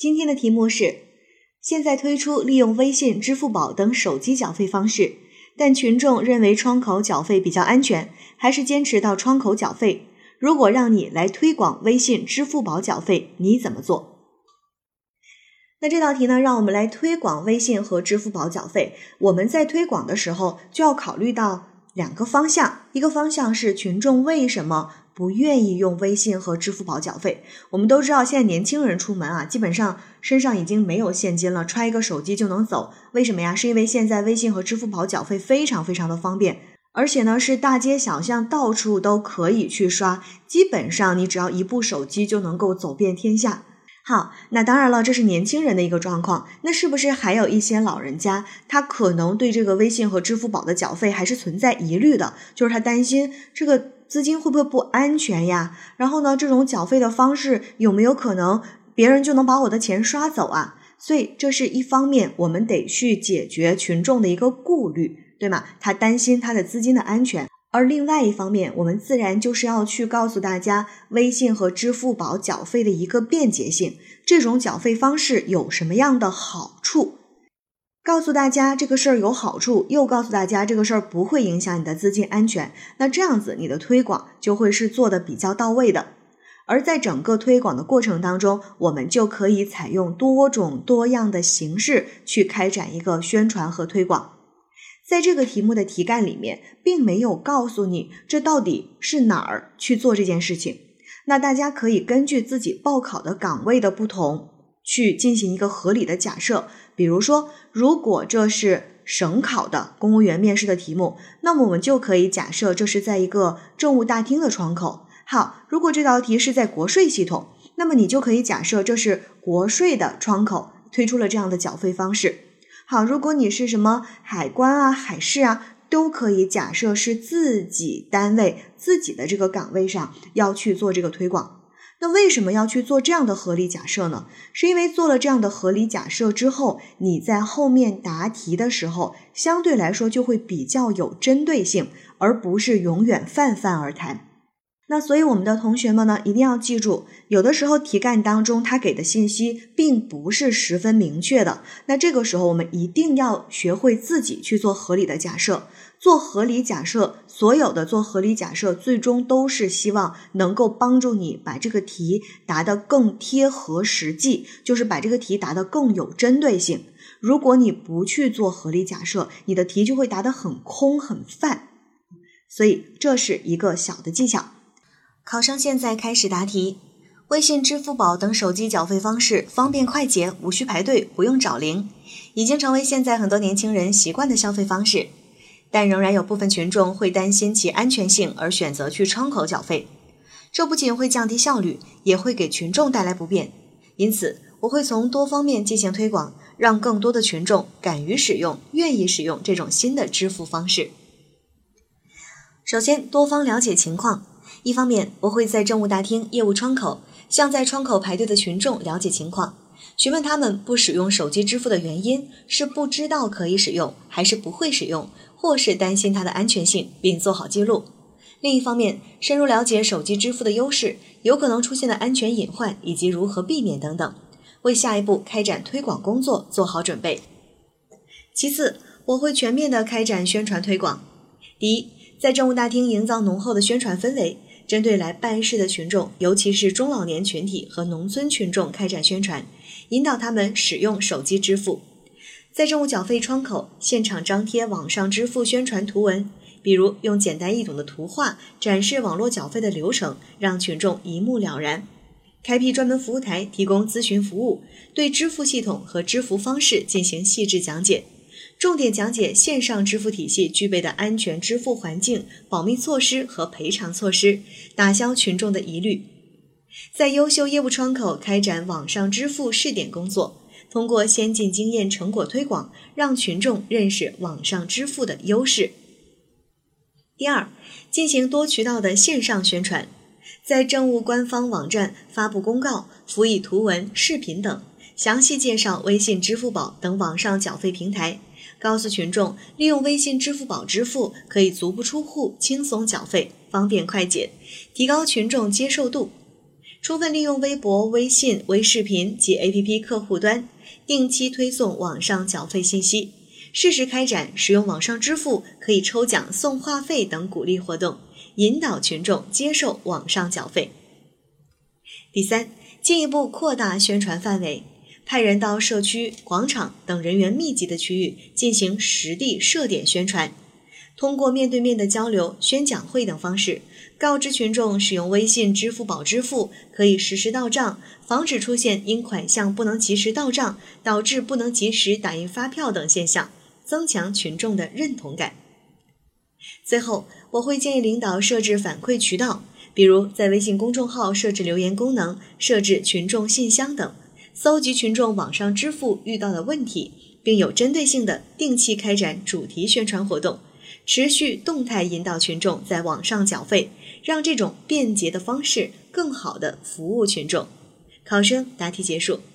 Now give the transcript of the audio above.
今天的题目是：现在推出利用微信、支付宝等手机缴费方式，但群众认为窗口缴费比较安全，还是坚持到窗口缴费。如果让你来推广微信、支付宝缴费，你怎么做？那这道题呢，让我们来推广微信和支付宝缴费。我们在推广的时候就要考虑到两个方向，一个方向是群众为什么不愿意用微信和支付宝缴费。我们都知道现在年轻人出门基本上身上已经没有现金了，揣一个手机就能走。为什么呀？是因为现在微信和支付宝缴费非常非常的方便，而且呢是大街小巷到处都可以去刷，基本上你只要一部手机就能够走遍天下。好，那当然了，这是年轻人的一个状况。那是不是还有一些老人家，他可能对这个微信和支付宝的缴费还是存在疑虑的，就是他担心这个资金会不会不安全呀？然后呢，这种缴费的方式有没有可能别人就能把我的钱刷走啊？所以这是一方面，我们得去解决群众的一个顾虑，对吗？他担心他的资金的安全。而另外一方面，我们自然就是要去告诉大家微信和支付宝缴费的一个便捷性，这种缴费方式有什么样的好处，告诉大家这个事儿有好处，又告诉大家这个事儿不会影响你的资金安全，那这样子你的推广就会是做得比较到位的。而在整个推广的过程当中，我们就可以采用多种多样的形式去开展一个宣传和推广。在这个题目的题干里面，并没有告诉你这到底是哪儿去做这件事情。那大家可以根据自己报考的岗位的不同，去进行一个合理的假设。比如说，如果这是省考的公务员面试的题目，那么我们就可以假设这是在一个政务大厅的窗口。好，如果这道题是在国税系统，那么你就可以假设这是国税的窗口推出了这样的缴费方式。好，如果你是什么海关海事都可以假设是自己单位自己的这个岗位上要去做这个推广。那为什么要去做这样的合理假设呢？是因为做了这样的合理假设之后，你在后面答题的时候相对来说就会比较有针对性，而不是永远泛泛而谈。那所以我们的同学们呢，一定要记住，有的时候题干当中他给的信息并不是十分明确的，那这个时候我们一定要学会自己去做合理的假设。做合理假设，所有的做合理假设最终都是希望能够帮助你把这个题答得更贴合实际，就是把这个题答得更有针对性。如果你不去做合理假设，你的题就会答得很空很泛。所以这是一个小的技巧。考生现在开始答题。微信、支付宝等手机缴费方式方便快捷，无需排队，不用找零，已经成为现在很多年轻人习惯的消费方式。但仍然有部分群众会担心其安全性而选择去窗口缴费，这不仅会降低效率，也会给群众带来不便。因此，我会从多方面进行推广，让更多的群众敢于使用、愿意使用这种新的支付方式。首先，多方了解情况。一方面，我会在政务大厅、业务窗口向在窗口排队的群众了解情况，询问他们不使用手机支付的原因，是不知道可以使用，还是不会使用，或是担心它的安全性，并做好记录。另一方面，深入了解手机支付的优势、有可能出现的安全隐患以及如何避免等等，为下一步开展推广工作做好准备。其次，我会全面地开展宣传推广。第一，在政务大厅营造浓厚的宣传氛围，针对来办事的群众，尤其是中老年群体和农村群众开展宣传，引导他们使用手机支付。在政务缴费窗口现场张贴网上支付宣传图文，比如用简单易懂的图画展示网络缴费的流程，让群众一目了然。开辟专门服务台提供咨询服务，对支付系统和支付方式进行细致讲解，重点讲解线上支付体系具备的安全支付环境、保密措施和赔偿措施，打消群众的疑虑。在优秀业务窗口开展网上支付试点工作，通过先进经验成果推广，让群众认识网上支付的优势。第二，进行多渠道的线上宣传，在政务官方网站发布公告，辅以图文、视频等，详细介绍微信、支付宝等网上缴费平台，告诉群众利用微信、支付宝支付可以足不出户轻松缴费，方便快捷，提高群众接受度。 充分利用微博、微信、微视频及 APP 客户端，定期推送网上缴费信息，适时开展使用网上支付可以抽奖送话费等鼓励活动，引导群众接受网上缴费。第三，进一步扩大宣传范围，派人到社区、广场等人员密集的区域进行实地设点宣传，通过面对面的交流、宣讲会等方式，告知群众使用微信、支付宝支付可以实时到账，防止出现因款项不能及时到账导致不能及时打印发票等现象，增强群众的认同感。最后，我会建议领导设置反馈渠道，比如在微信公众号设置留言功能、设置群众信箱等，搜集群众网上支付遇到的问题，并有针对性的定期开展主题宣传活动，持续动态引导群众在网上缴费，让这种便捷的方式更好地服务群众。考生答题结束。